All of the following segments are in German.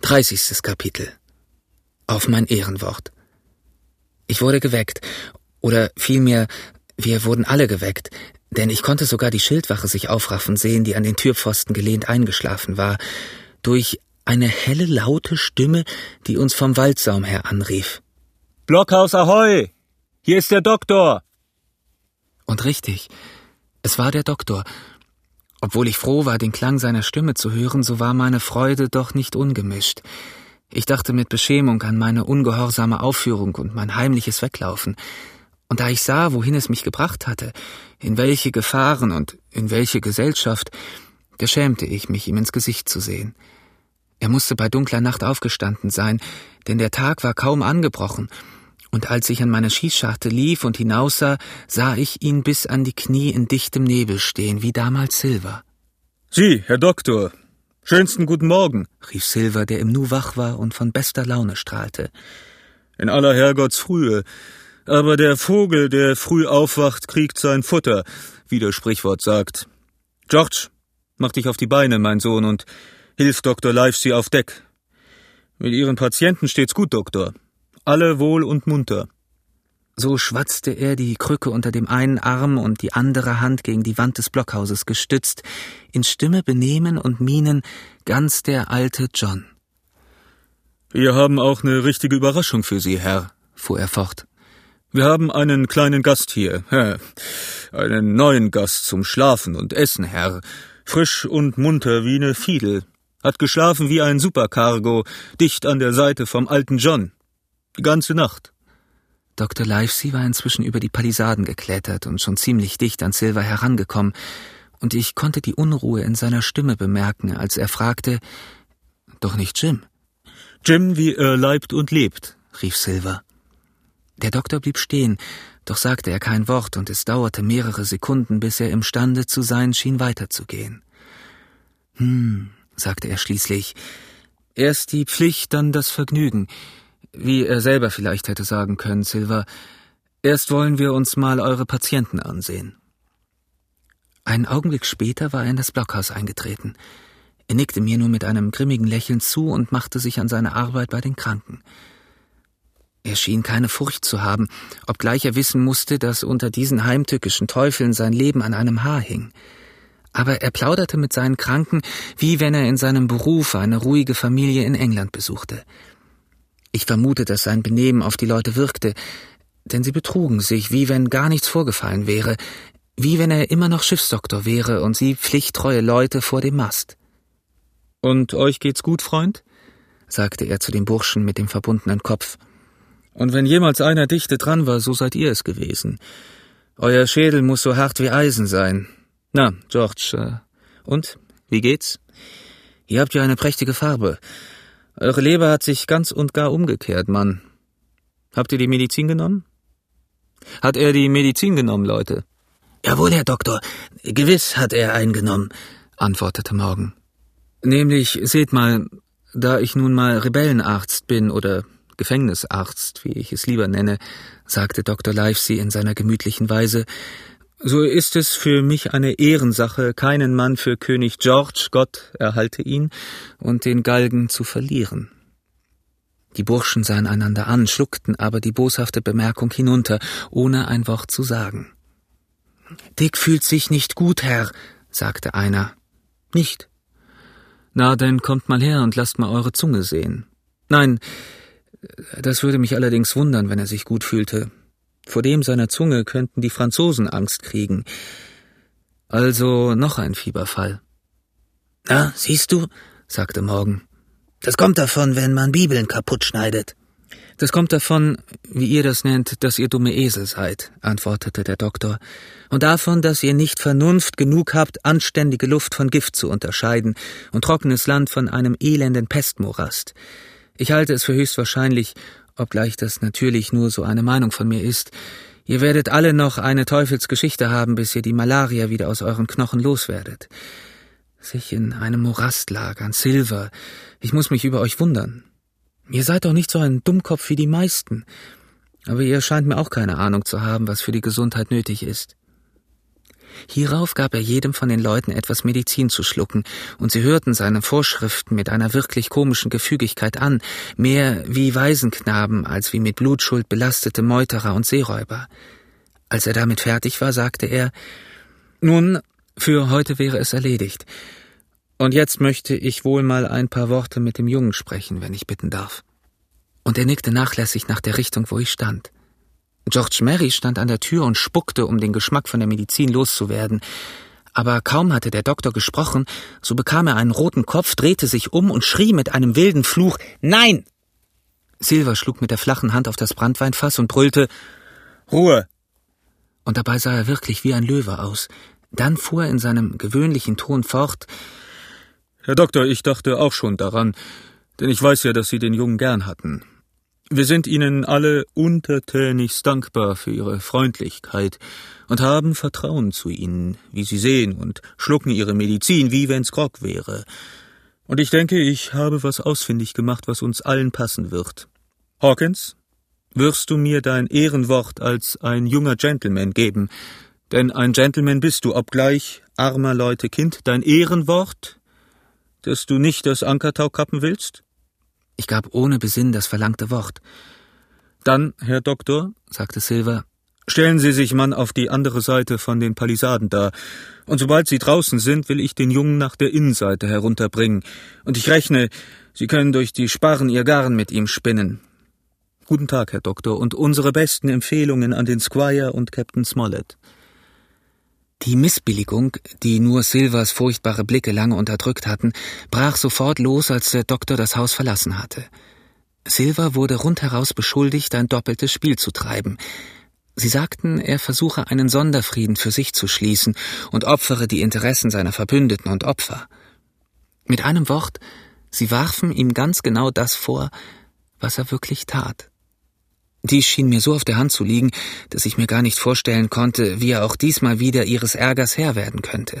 30. Kapitel. Auf mein Ehrenwort. Ich wurde geweckt, oder vielmehr, wir wurden alle geweckt, denn ich konnte sogar die Schildwache sich aufraffen sehen, die an den Türpfosten gelehnt eingeschlafen war, durch eine helle, laute Stimme, die uns vom Waldsaum her anrief. »Blockhaus Ahoi! Hier ist der Doktor!« Und richtig, es war der Doktor. Obwohl ich froh war, den Klang seiner Stimme zu hören, so war meine Freude doch nicht ungemischt. Ich dachte mit Beschämung an meine ungehorsame Aufführung und mein heimliches Weglaufen. Und da ich sah, wohin es mich gebracht hatte, in welche Gefahren und in welche Gesellschaft, geschämte ich mich, ihm ins Gesicht zu sehen. Er musste bei dunkler Nacht aufgestanden sein, denn der Tag war kaum angebrochen, und als ich an meine Schießscharte lief und hinaussah, sah ich ihn bis an die Knie in dichtem Nebel stehen, wie damals Silver. »Sie, Herr Doktor, schönsten guten Morgen«, rief Silver, der im Nu wach war und von bester Laune strahlte. »In aller Herrgottsfrühe, aber der Vogel, der früh aufwacht, kriegt sein Futter, wie das Sprichwort sagt. George, mach dich auf die Beine, mein Sohn, und hilf Dr. Livesey auf Deck. Mit Ihren Patienten steht's gut, Doktor. Alle wohl und munter.« So schwatzte er, die Krücke unter dem einen Arm und die andere Hand gegen die Wand des Blockhauses gestützt, in Stimme, Benehmen und Mienen ganz der alte John. »Wir haben auch eine richtige Überraschung für Sie, Herr«, fuhr er fort. »Wir haben einen kleinen Gast hier, einen neuen Gast zum Schlafen und Essen, Herr, frisch und munter wie eine Fiedel, hat geschlafen wie ein Supercargo, dicht an der Seite vom alten John. Die ganze Nacht.« Dr. Livesey war inzwischen über die Palisaden geklettert und schon ziemlich dicht an Silver herangekommen, und ich konnte die Unruhe in seiner Stimme bemerken, als er fragte, »Doch nicht Jim?« »Jim, wie er leibt und lebt«, rief Silver. Der Doktor blieb stehen, doch sagte er kein Wort, und es dauerte mehrere Sekunden, bis er imstande zu sein schien, weiterzugehen. Sagte er schließlich, »erst die Pflicht, dann das Vergnügen. Wie er selber vielleicht hätte sagen können, Silver, erst wollen wir uns mal eure Patienten ansehen.« Einen Augenblick später war er in das Blockhaus eingetreten. Er nickte mir nur mit einem grimmigen Lächeln zu und machte sich an seine Arbeit bei den Kranken. Er schien keine Furcht zu haben, obgleich er wissen musste, dass unter diesen heimtückischen Teufeln sein Leben an einem Haar hing. Aber er plauderte mit seinen Kranken, wie wenn er in seinem Beruf eine ruhige Familie in England besuchte. Ich vermute, dass sein Benehmen auf die Leute wirkte, denn sie betrugen sich, wie wenn gar nichts vorgefallen wäre, wie wenn er immer noch Schiffsdoktor wäre und sie pflichttreue Leute vor dem Mast. »Und euch geht's gut, Freund?« sagte er zu dem Burschen mit dem verbundenen Kopf. »Und wenn jemals einer dichte dran war, so seid ihr es gewesen. Euer Schädel muss so hart wie Eisen sein. Na, George, und, wie geht's? Ihr habt ja eine prächtige Farbe. Eure Leber hat sich ganz und gar umgekehrt, Mann. Habt ihr die Medizin genommen?« »Hat er die Medizin genommen, Leute?« »Jawohl, Herr Doktor, gewiss hat er eingenommen«, antwortete Morgan. »Nämlich, seht mal, da ich nun mal Rebellenarzt bin oder Gefängnisarzt, wie ich es lieber nenne«, sagte Dr. Livesey in seiner gemütlichen Weise, »so ist es für mich eine Ehrensache, keinen Mann für König George, Gott erhalte ihn, und den Galgen zu verlieren.« Die Burschen sahen einander an, schluckten aber die boshafte Bemerkung hinunter, ohne ein Wort zu sagen. »Dick fühlt sich nicht gut, Herr«, sagte einer. »Nicht? Na, dann kommt mal her und lasst mal eure Zunge sehen. Nein, das würde mich allerdings wundern, wenn er sich gut fühlte. Vor dem seiner Zunge könnten die Franzosen Angst kriegen. Also noch ein Fieberfall.« »Na, siehst du«, sagte Morgan, »das kommt davon, wenn man Bibeln kaputt schneidet.« »Das kommt davon, wie ihr das nennt, dass ihr dumme Esel seid«, antwortete der Doktor, »und davon, dass ihr nicht Vernunft genug habt, anständige Luft von Gift zu unterscheiden und trockenes Land von einem elenden Pestmorast. Ich halte es für höchstwahrscheinlich, obgleich das natürlich nur so eine Meinung von mir ist, ihr werdet alle noch eine Teufelsgeschichte haben, bis ihr die Malaria wieder aus euren Knochen loswerdet. Sich in einem Morast lagern, Silver, ich muss mich über euch wundern. Ihr seid doch nicht so ein Dummkopf wie die meisten, aber ihr scheint mir auch keine Ahnung zu haben, was für die Gesundheit nötig ist.« Hierauf gab er jedem von den Leuten etwas Medizin zu schlucken, und sie hörten seine Vorschriften mit einer wirklich komischen Gefügigkeit an, mehr wie Waisenknaben als wie mit Blutschuld belastete Meuterer und Seeräuber. Als er damit fertig war, sagte er: »Nun, für heute wäre es erledigt. Und jetzt möchte ich wohl mal ein paar Worte mit dem Jungen sprechen, wenn ich bitten darf.« Und er nickte nachlässig nach der Richtung, wo ich stand. George Merry stand an der Tür und spuckte, um den Geschmack von der Medizin loszuwerden. Aber kaum hatte der Doktor gesprochen, so bekam er einen roten Kopf, drehte sich um und schrie mit einem wilden Fluch: »Nein!« Silver schlug mit der flachen Hand auf das Branntweinfass und brüllte: »Ruhe!« Und dabei sah er wirklich wie ein Löwe aus. Dann fuhr er in seinem gewöhnlichen Ton fort: »Herr Doktor, ich dachte auch schon daran, denn ich weiß ja, dass Sie den Jungen gern hatten. Wir sind Ihnen alle untertänigst dankbar für Ihre Freundlichkeit und haben Vertrauen zu Ihnen, wie Sie sehen, und schlucken Ihre Medizin, wie wenn's Grog wäre. Und ich denke, ich habe was ausfindig gemacht, was uns allen passen wird. Hawkins, wirst du mir dein Ehrenwort als ein junger Gentleman geben? Denn ein Gentleman bist du, obgleich armer Leute Kind. Dein Ehrenwort, dass du nicht das Ankertau kappen willst?« Ich gab ohne Besinn das verlangte Wort. »Dann, Herr Doktor«, sagte Silver, »stellen Sie sich, Mann, auf die andere Seite von den Palisaden da, und sobald Sie draußen sind, will ich den Jungen nach der Innenseite herunterbringen, und ich rechne, Sie können durch die Sparren Ihr Garn mit ihm spinnen. Guten Tag, Herr Doktor, und unsere besten Empfehlungen an den Squire und Captain Smollett.« Die Missbilligung, die nur Silvers furchtbare Blicke lange unterdrückt hatten, brach sofort los, als der Doktor das Haus verlassen hatte. Silver wurde rundheraus beschuldigt, ein doppeltes Spiel zu treiben. Sie sagten, er versuche einen Sonderfrieden für sich zu schließen und opfere die Interessen seiner Verbündeten und Opfer. Mit einem Wort, sie warfen ihm ganz genau das vor, was er wirklich tat. Dies schien mir so auf der Hand zu liegen, dass ich mir gar nicht vorstellen konnte, wie er auch diesmal wieder ihres Ärgers Herr werden könnte.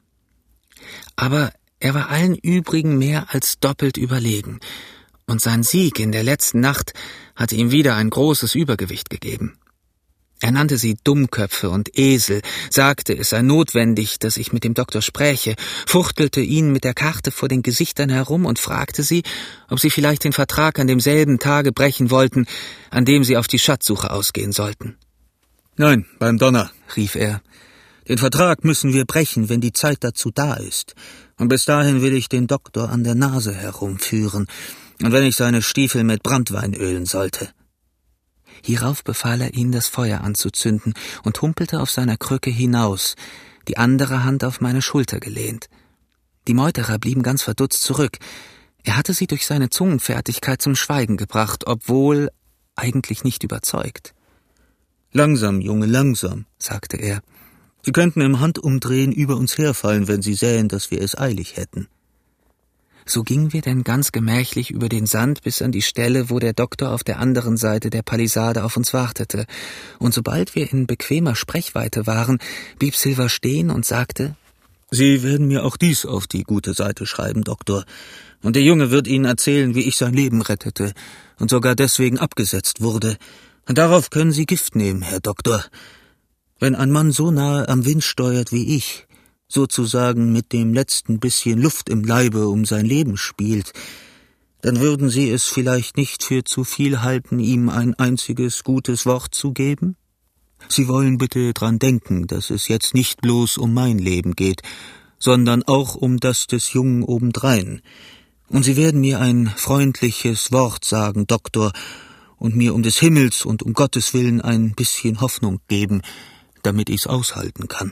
Aber er war allen übrigen mehr als doppelt überlegen, und sein Sieg in der letzten Nacht hatte ihm wieder ein großes Übergewicht gegeben. Er nannte sie Dummköpfe und Esel, sagte, es sei notwendig, dass ich mit dem Doktor spräche, fuchtelte ihnen mit der Karte vor den Gesichtern herum und fragte sie, ob sie vielleicht den Vertrag an demselben Tage brechen wollten, an dem sie auf die Schatzsuche ausgehen sollten. »Nein, beim Donner«, rief er, »den Vertrag müssen wir brechen, wenn die Zeit dazu da ist. Und bis dahin will ich den Doktor an der Nase herumführen, und wenn ich seine Stiefel mit Branntwein ölen sollte.« Hierauf befahl er ihnen, das Feuer anzuzünden, und humpelte auf seiner Krücke hinaus, die andere Hand auf meine Schulter gelehnt. Die Meuterer blieben ganz verdutzt zurück. Er hatte sie durch seine Zungenfertigkeit zum Schweigen gebracht, obwohl eigentlich nicht überzeugt. »Langsam, Junge, langsam«, sagte er. »Sie könnten im Handumdrehen über uns herfallen, wenn Sie sähen, dass wir es eilig hätten.« So gingen wir denn ganz gemächlich über den Sand bis an die Stelle, wo der Doktor auf der anderen Seite der Palisade auf uns wartete, und sobald wir in bequemer Sprechweite waren, blieb Silver stehen und sagte: »Sie werden mir auch dies auf die gute Seite schreiben, Doktor, und der Junge wird Ihnen erzählen, wie ich sein Leben rettete und sogar deswegen abgesetzt wurde, und darauf können Sie Gift nehmen, Herr Doktor. Wenn ein Mann so nahe am Wind steuert wie ich, sozusagen mit dem letzten bisschen Luft im Leibe um sein Leben spielt, dann würden Sie es vielleicht nicht für zu viel halten, ihm ein einziges gutes Wort zu geben? Sie wollen bitte dran denken, dass es jetzt nicht bloß um mein Leben geht, sondern auch um das des Jungen obendrein. Und Sie werden mir ein freundliches Wort sagen, Doktor, und mir um des Himmels und um Gottes Willen ein bisschen Hoffnung geben, damit ich's aushalten kann.«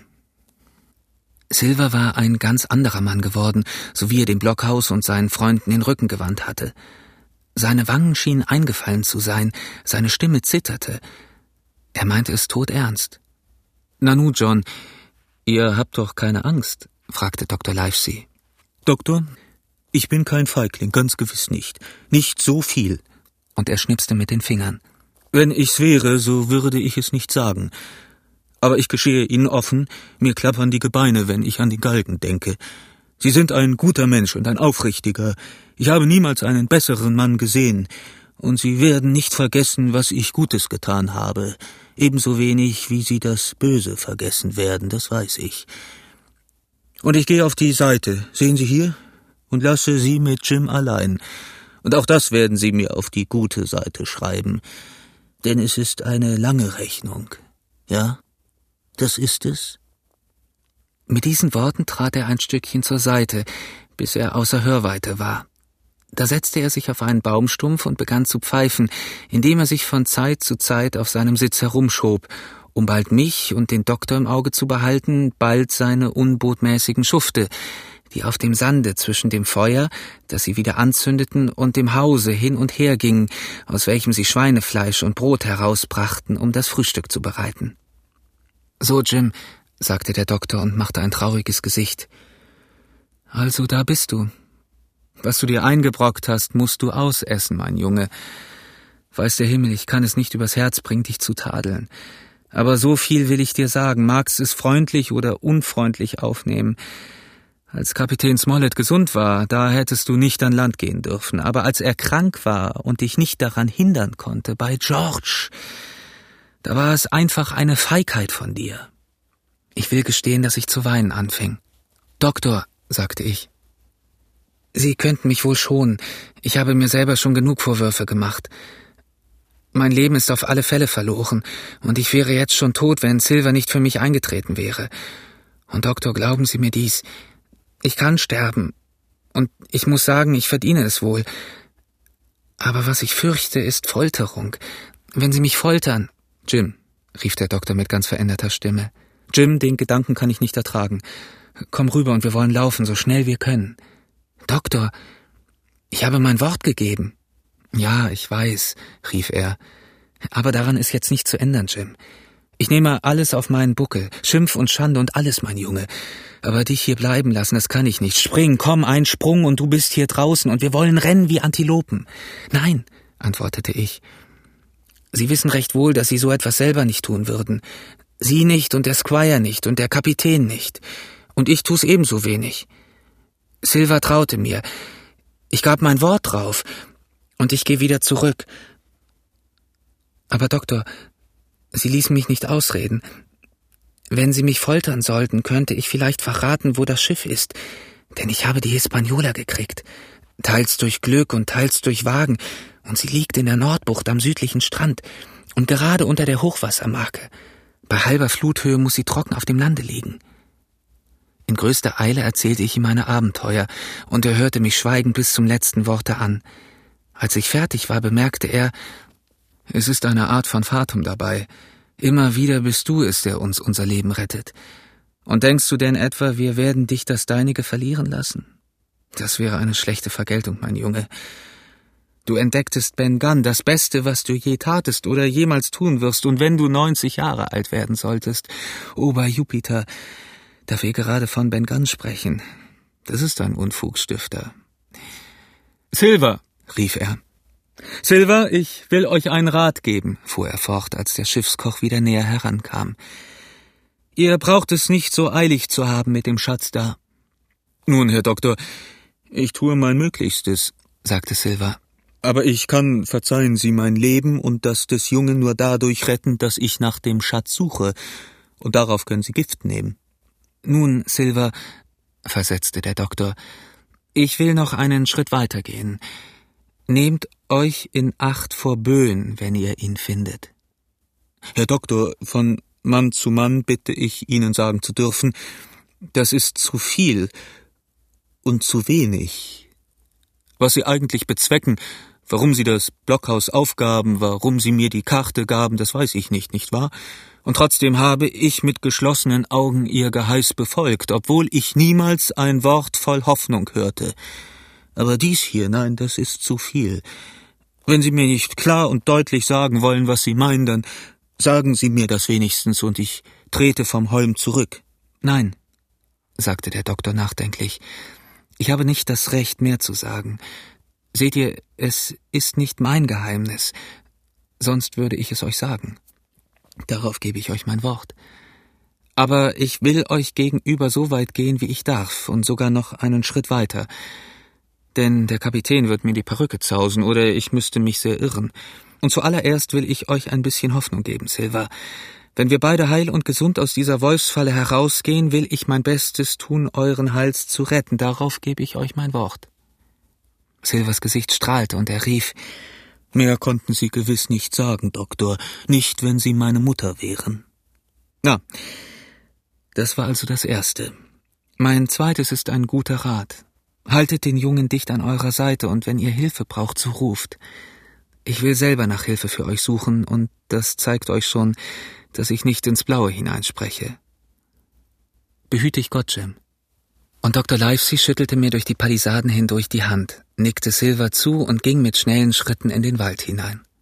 Silver war ein ganz anderer Mann geworden, so wie er dem Blockhaus und seinen Freunden den Rücken gewandt hatte. Seine Wangen schienen eingefallen zu sein, seine Stimme zitterte. Er meinte es todernst. »Nanu, John, ihr habt doch keine Angst?« fragte Dr. Livesey. »Doktor, ich bin kein Feigling, ganz gewiss nicht. Nicht so viel.« Und er schnipste mit den Fingern. »Wenn ich's wäre, so würde ich es nicht sagen. Aber ich gestehe Ihnen offen, mir klappern die Gebeine, wenn ich an die Galgen denke. Sie sind ein guter Mensch und ein aufrichtiger. Ich habe niemals einen besseren Mann gesehen. und Sie werden nicht vergessen, was ich Gutes getan habe. Ebenso wenig, wie Sie das Böse vergessen werden, das weiß ich. Und ich gehe auf die Seite, sehen Sie hier, und lasse Sie mit Jim allein. Und auch das werden Sie mir auf die gute Seite schreiben. Denn es ist eine lange Rechnung. Ja, das ist es. Mit diesen Worten trat er ein Stückchen zur Seite, bis er außer Hörweite war. Da setzte er sich auf einen Baumstumpf und begann zu pfeifen, indem er sich von Zeit zu Zeit auf seinem Sitz herumschob, um bald mich und den Doktor im Auge zu behalten, bald seine unbotmäßigen Schufte, die auf dem Sande zwischen dem Feuer, das sie wieder anzündeten, und dem Hause hin und her gingen, aus welchem sie Schweinefleisch und Brot herausbrachten, um das Frühstück zu bereiten. »So, Jim«, sagte der Doktor und machte ein trauriges Gesicht. »Also, da bist du. Was du dir eingebrockt hast, musst du ausessen, mein Junge. Weiß der Himmel, ich kann es nicht übers Herz bringen, dich zu tadeln. Aber so viel will ich dir sagen, magst es freundlich oder unfreundlich aufnehmen. Als Kapitän Smollett gesund war, da hättest du nicht an Land gehen dürfen. Aber als er krank war und dich nicht daran hindern konnte, bei George, da war es einfach eine Feigheit von dir. Ich will gestehen, dass ich zu weinen anfing. »Doktor«, sagte ich, »Sie könnten mich wohl schonen. Ich habe mir selber schon genug Vorwürfe gemacht. Mein Leben ist auf alle Fälle verloren, und ich wäre jetzt schon tot, wenn Silver nicht für mich eingetreten wäre. Und Doktor, glauben Sie mir dies, ich kann sterben, und ich muss sagen, ich verdiene es wohl. Aber was ich fürchte, ist Folterung. Wenn Sie mich foltern...« »Jim«, rief der Doktor mit ganz veränderter Stimme, »Jim, den Gedanken kann ich nicht ertragen. Komm rüber und wir wollen laufen, so schnell wir können.« »Doktor, ich habe mein Wort gegeben.« »Ja, ich weiß«, rief er, »aber daran ist jetzt nicht zu ändern, Jim. Ich nehme alles auf meinen Buckel, Schimpf und Schande und alles, mein Junge. Aber dich hier bleiben lassen, das kann ich nicht. Spring, komm, ein Sprung und du bist hier draußen und wir wollen rennen wie Antilopen.« »Nein«, antwortete ich. »Sie wissen recht wohl, dass Sie so etwas selber nicht tun würden. Sie nicht und der Squire nicht und der Kapitän nicht. Und ich tu's ebenso wenig. Silver traute mir. Ich gab mein Wort drauf. Und ich gehe wieder zurück. Aber Doktor, Sie ließen mich nicht ausreden. Wenn Sie mich foltern sollten, könnte ich vielleicht verraten, wo das Schiff ist. Denn ich habe die Hispaniola gekriegt. Teils durch Glück und teils durch Wagen. Und sie liegt in der Nordbucht am südlichen Strand. Und gerade unter der Hochwassermarke. Bei halber Fluthöhe muss sie trocken auf dem Lande liegen. In größter Eile erzählte ich ihm meine Abenteuer, und er hörte mich schweigend bis zum letzten Worte an. Als ich fertig war, bemerkte er, »Es ist eine Art von Fatum dabei. Immer wieder bist du es, der uns unser Leben rettet. Und denkst du denn etwa, wir werden dich das Deinige verlieren lassen? Das wäre eine schlechte Vergeltung, mein Junge. Du entdecktest Ben Gunn, das Beste, was du je tatest oder jemals tun wirst, und wenn du 90 Jahre alt werden solltest, bei Jupiter, da wir gerade von Ben Gunn sprechen, das ist ein Unfugstifter.« »Silver«, rief er. »Silver, ich will euch einen Rat geben«, fuhr er fort, als der Schiffskoch wieder näher herankam. »Ihr braucht es nicht so eilig zu haben mit dem Schatz da.« »Nun, Herr Doktor, ich tue mein Möglichstes«, sagte Silver. »Aber ich kann, verzeihen Sie, mein Leben und das des Jungen nur dadurch retten, dass ich nach dem Schatz suche, und darauf können Sie Gift nehmen.« »Nun, Silver«, versetzte der Doktor, »ich will noch einen Schritt weitergehen. Nehmt euch in Acht vor Böen, wenn ihr ihn findet.« »Herr Doktor, von Mann zu Mann bitte ich Ihnen sagen zu dürfen, das ist zu viel und zu wenig. Was Sie eigentlich bezwecken, warum Sie das Blockhaus aufgaben, warum Sie mir die Karte gaben, das weiß ich nicht wahr? Und trotzdem habe ich mit geschlossenen Augen Ihr Geheiß befolgt, obwohl ich niemals ein Wort voll Hoffnung hörte. Aber dies hier, nein, das ist zu viel. Wenn Sie mir nicht klar und deutlich sagen wollen, was Sie meinen, dann sagen Sie mir das wenigstens, und ich trete vom Holm zurück.« »Nein«, sagte der Doktor nachdenklich, »ich habe nicht das Recht, mehr zu sagen. Seht ihr, es ist nicht mein Geheimnis, sonst würde ich es euch sagen. Darauf gebe ich euch mein Wort. Aber ich will euch gegenüber so weit gehen, wie ich darf, und sogar noch einen Schritt weiter. Denn der Kapitän wird mir die Perücke zausen, oder ich müsste mich sehr irren. Und zuallererst will ich euch ein bisschen Hoffnung geben, Silver. Wenn wir beide heil und gesund aus dieser Wolfsfalle herausgehen, will ich mein Bestes tun, euren Hals zu retten. Darauf gebe ich euch mein Wort. Silvers Gesicht strahlte und er rief: »Mehr konnten Sie gewiss nicht sagen, Doktor, nicht, wenn Sie meine Mutter wären.« Na, das war also das Erste. Mein Zweites ist ein guter Rat. Haltet den Jungen dicht an eurer Seite, und wenn ihr Hilfe braucht, so ruft. Ich will selber nach Hilfe für euch suchen, und das zeigt euch schon, dass ich nicht ins Blaue hineinspreche. Behüte dich Gott, Jim. Und Dr. Livesey schüttelte mir durch die Palisaden hindurch die Hand, nickte Silver zu und ging mit schnellen Schritten in den Wald hinein.